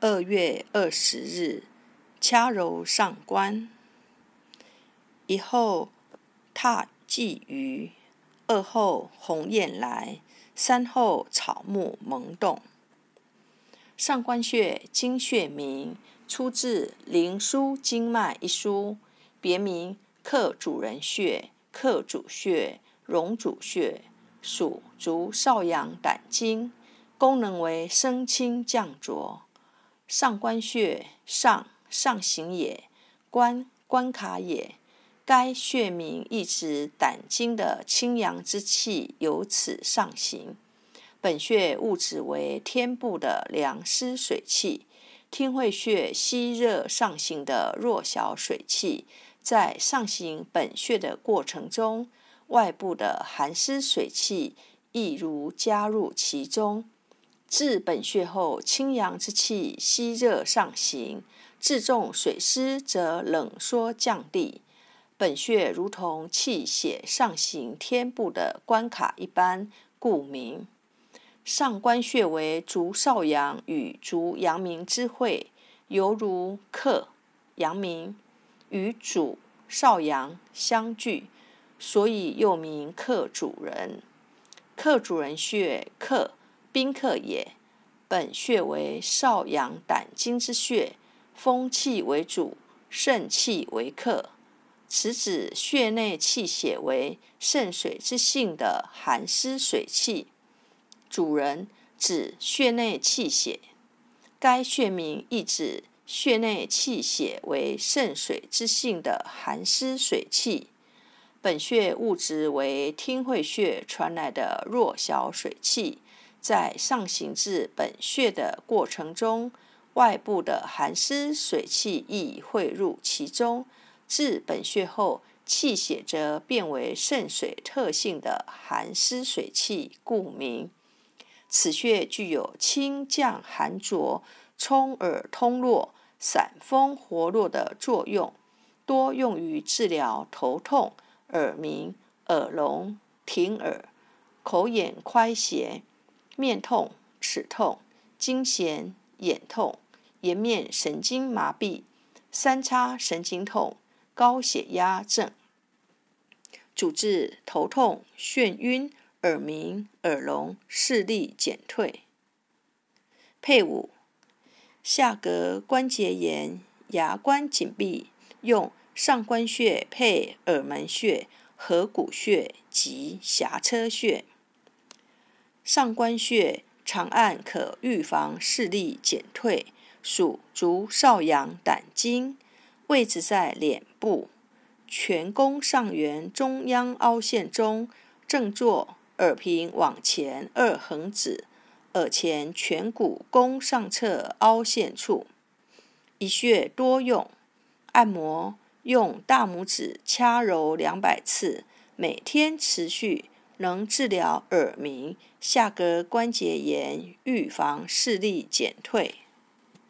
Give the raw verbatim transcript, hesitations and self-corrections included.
二月二十日，掐揉上关。一后踏鲫鱼，二后鸿雁来，三后草木萌动。上关穴，经穴名，出自《灵枢·经脉》一书，别名客主人穴、客主穴、荣主穴，属足少阳胆经，功能为升清降浊。上关穴，上上行也，关关卡也。该穴名意指胆经的清阳之气由此上行。本穴物质为天部的凉湿水气，听会穴吸热上行的弱小水气，在上行本穴的过程中，外部的寒湿水气亦如加入其中。至本穴后，清阳之气吸热上行，至重水湿则冷缩降地。本穴如同气血上行天部的关卡一般，故名。上关穴为足少阳与足阳明之会，犹如客阳明与主少阳相聚，所以又名客主人。客主人穴，客宾客也。本穴为少阳胆经之穴，风气为主，肾气为客。此指穴内气血为肾水之性的寒湿水气。主人指穴内气血。该穴名亦指穴内气血为肾水之性的寒湿水气。本穴物质为听会穴传来的弱小水气，在上行至本穴的过程中，外部的寒湿水气亦汇入其中。至本穴后，气血则变为肾水特性的寒湿水气，故名。此穴具有清降寒浊、冲耳通络、散风活络的作用，多用于治疗头痛、耳鸣、耳聋、停耳、口眼快斜、面痛、齿痛、惊痫、眼痛、颜面神经麻痹、三叉神经痛、高血压症，主治头痛、眩晕、耳鸣、耳聋、视力减退。配伍：下颌关节炎、牙关紧闭，用上关穴配耳门穴、合谷穴及狭车穴。上关穴长按可预防视力减退，属足少阳胆经，位置在脸部颧弓上缘中央凹陷中，正坐耳屏往前二横指，耳前颧骨弓上侧凹陷处。一穴多用，按摩用大拇指掐揉两百次，每天持续，能治疗耳鸣、下颌关节炎，预防视力减退。